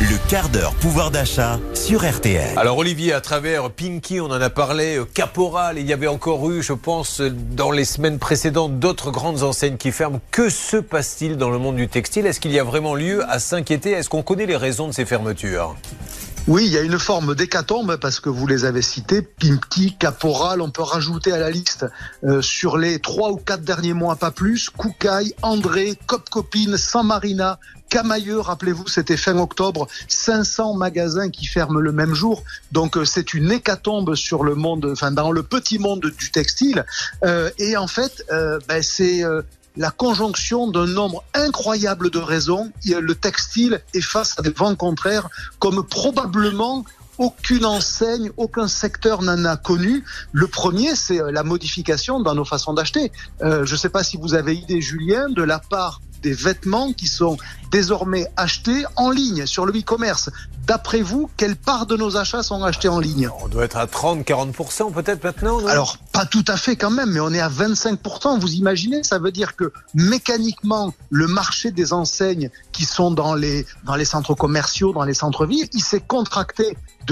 Le quart d'heure pouvoir d'achat sur RTL. Alors Olivier, à travers Pinky, on en a parlé, Caporal, il y avait encore eu, je pense, dans les semaines précédentes, d'autres grandes enseignes qui ferment. Que se passe-t-il dans le monde du textile? Est-ce qu'il y a vraiment lieu à s'inquiéter? Est-ce qu'on connaît les raisons de ces fermetures? Oui, il y a une forme d'hécatombe parce que vous les avez cités, Pimki, Caporal, on peut rajouter à la liste sur les 3 ou 4 derniers mois, pas plus, Koukaï, André, Copcopine, San Marina, Camailleux, rappelez-vous, c'était fin octobre, 500 magasins qui ferment le même jour. Donc c'est une hécatombe sur le monde, enfin dans le petit monde du textile. Et en fait, c'est la conjonction d'un nombre incroyable de raisons. Le textile est face à des vents contraires, comme probablement aucune enseigne, aucun secteur n'en a connu. Le premier, c'est la modification dans nos façons d'acheter. Je ne sais pas si vous avez idée, Julien, de la part des vêtements qui sont désormais achetés en ligne sur le e-commerce. D'après vous, quelle part de nos achats sont achetés en ligne? On doit être à 30-40% peut-être maintenant, non? Alors, pas tout à fait quand même, mais on est à 25%. Vous imaginez, ça veut dire que mécaniquement, le marché des enseignes qui sont dans les centres commerciaux, dans les centres-villes, il s'est contracté de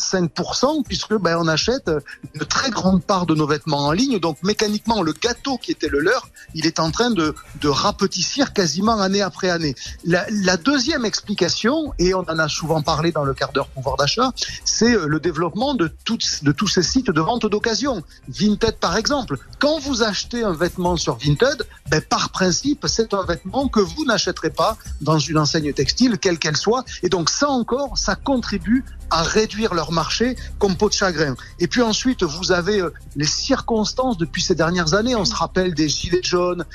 25% puisque on achète une très grande part de nos vêtements en ligne. Donc mécaniquement, le gâteau qui était le leur, il est en train de rapetissir quasiment année après année. La deuxième explication, et on en a souvent parlé dans le quart d'heure pouvoir d'achat, c'est le développement de tous ces sites de vente d'occasion. Vinted par exemple. Quand vous achetez un vêtement sur Vinted, par principe, c'est un vêtement que vous n'achèterez pas dans une enseigne textile, quelle qu'elle soit. Et donc ça encore, ça contribue à réduire leur marché comme peau de chagrin. Et puis ensuite, vous avez les circonstances depuis ces dernières années. On se rappelle des gilets jaunes,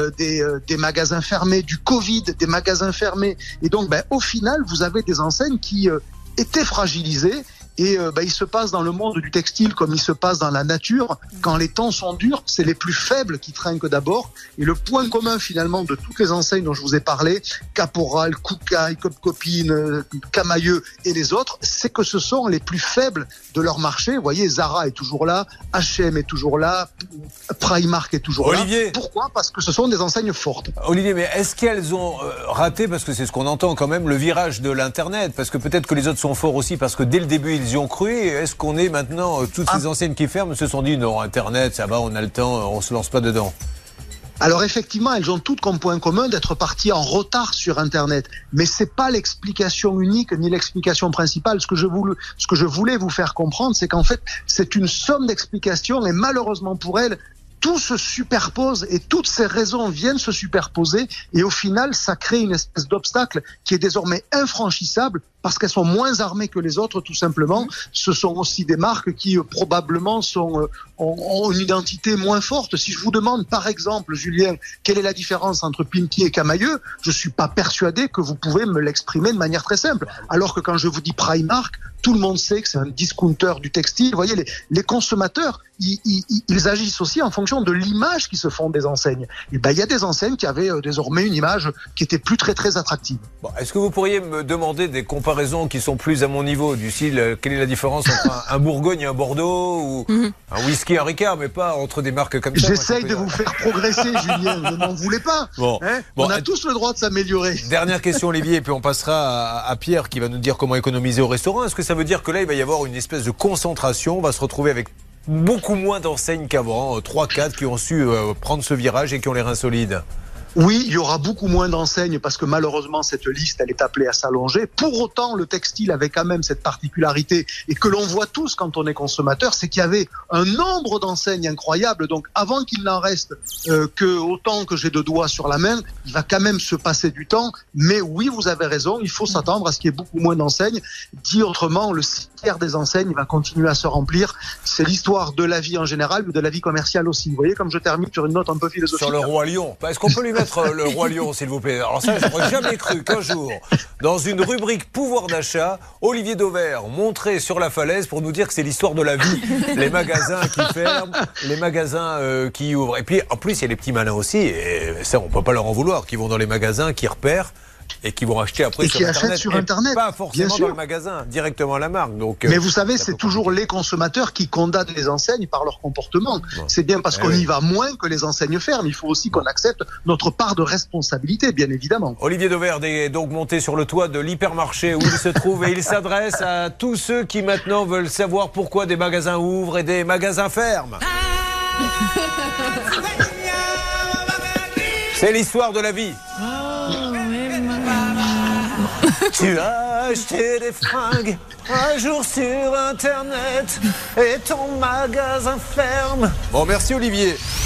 des magasins fermés, du Covid, des magasins fermés. Et donc, au final, vous avez des enseignes qui étaient fragilisées. Et il se passe dans le monde du textile comme il se passe dans la nature. Quand les temps sont durs, c'est les plus faibles qui trinquent d'abord. Et le point commun finalement de toutes les enseignes dont je vous ai parlé, Caporal, Koukaï, Copcopine, Camailleux et les autres, c'est que ce sont les plus faibles de leur marché. Vous voyez, Zara est toujours là, H&M est toujours là, Primark est toujours Olivier. là. Pourquoi? Parce que ce sont des enseignes fortes. Olivier, mais est-ce qu'elles ont raté, parce que c'est ce qu'on entend quand même, le virage de l'Internet? Parce que peut-être que les autres sont forts aussi, parce que dès le début, ils y ont cru. Est-ce qu'on est maintenant, toutes ces enseignes qui ferment se sont dit non, Internet, ça va, on a le temps, on se lance pas dedans? Alors effectivement, elles ont toutes comme point commun d'être parties en retard sur Internet. Mais c'est pas l'explication unique ni l'explication principale. Ce que je voulais vous faire comprendre, c'est qu'en fait, c'est une somme d'explications et malheureusement pour elles, tout se superpose et toutes ces raisons viennent se superposer et au final, ça crée une espèce d'obstacle qui est désormais infranchissable parce qu'elles sont moins armées que les autres, tout simplement. Ce sont aussi des marques qui probablement ont une identité moins forte. Si je vous demande, par exemple, Julien, quelle est la différence entre Pinky et Camailleux, je suis pas persuadé que vous pouvez me l'exprimer de manière très simple. Alors que quand je vous dis Primark, tout le monde sait que c'est un discounter du textile. Vous voyez, les consommateurs, ils agissent aussi en fonction de l'image qui se font des enseignes. Et il y a des enseignes qui avaient désormais une image qui était plus très très attractive. Bon, est-ce que vous pourriez me demander des comparaisons qui sont plus à mon niveau, du style quelle est la différence entre un Bourgogne et un Bordeaux ou un whisky, un Ricard, mais pas entre des marques comme ça? J'essaye de vous faire progresser, Julien, ne m'en voulez pas. On a tous le droit de s'améliorer. Dernière question, Olivier, et puis on passera à Pierre qui va nous dire comment économiser au restaurant. Est-ce que ça veut dire que là, il va y avoir une espèce de concentration? On va se retrouver avec beaucoup moins d'enseignes qu'avant, 3-4 qui ont su prendre ce virage et qui ont les reins solides? Oui, il y aura beaucoup moins d'enseignes parce que malheureusement cette liste elle est appelée à s'allonger. Pour autant, le textile avait quand même cette particularité et que l'on voit tous quand on est consommateur, c'est qu'il y avait un nombre d'enseignes incroyable. Donc avant qu'il n'en reste que autant que j'ai de doigts sur la main, il va quand même se passer du temps. Mais oui, vous avez raison, il faut s'attendre à ce qu'il y ait beaucoup moins d'enseignes. Dit autrement, le cimetière des enseignes va continuer à se remplir. C'est l'histoire de la vie en général, mais de la vie commerciale aussi. Vous voyez comme je termine sur une note un peu philosophique. Sur le Roi Lion. Est-ce qu'on peut lui mettre le Roi Lion, s'il vous plaît? Alors ça, j'aurais jamais cru qu'un jour, dans une rubrique pouvoir d'achat, Olivier Dauvert montrait sur la falaise pour nous dire que c'est l'histoire de la vie. Les magasins qui ferment, les magasins qui ouvrent. Et puis, en plus, il y a les petits malins aussi, et ça, on peut pas leur en vouloir, qui vont dans les magasins, qui repèrent Et qui vont acheter après sur Internet. Achètent sur Internet. Pas forcément dans le magasin, directement à la marque. Donc, mais vous savez, c'est toujours les consommateurs qui condamnent les enseignes par leur comportement. C'est bien parce qu'on y va moins que les enseignes ferment. Il faut aussi qu'on accepte notre part de responsabilité, bien évidemment. Olivier Dauvert est donc monté sur le toit de l'hypermarché où il se trouve et il s'adresse à tous ceux qui maintenant veulent savoir pourquoi des magasins ouvrent et des magasins ferment. C'est l'histoire de la vie. Tu as acheté des fringues un jour sur Internet et ton magasin ferme. Bon, merci Olivier.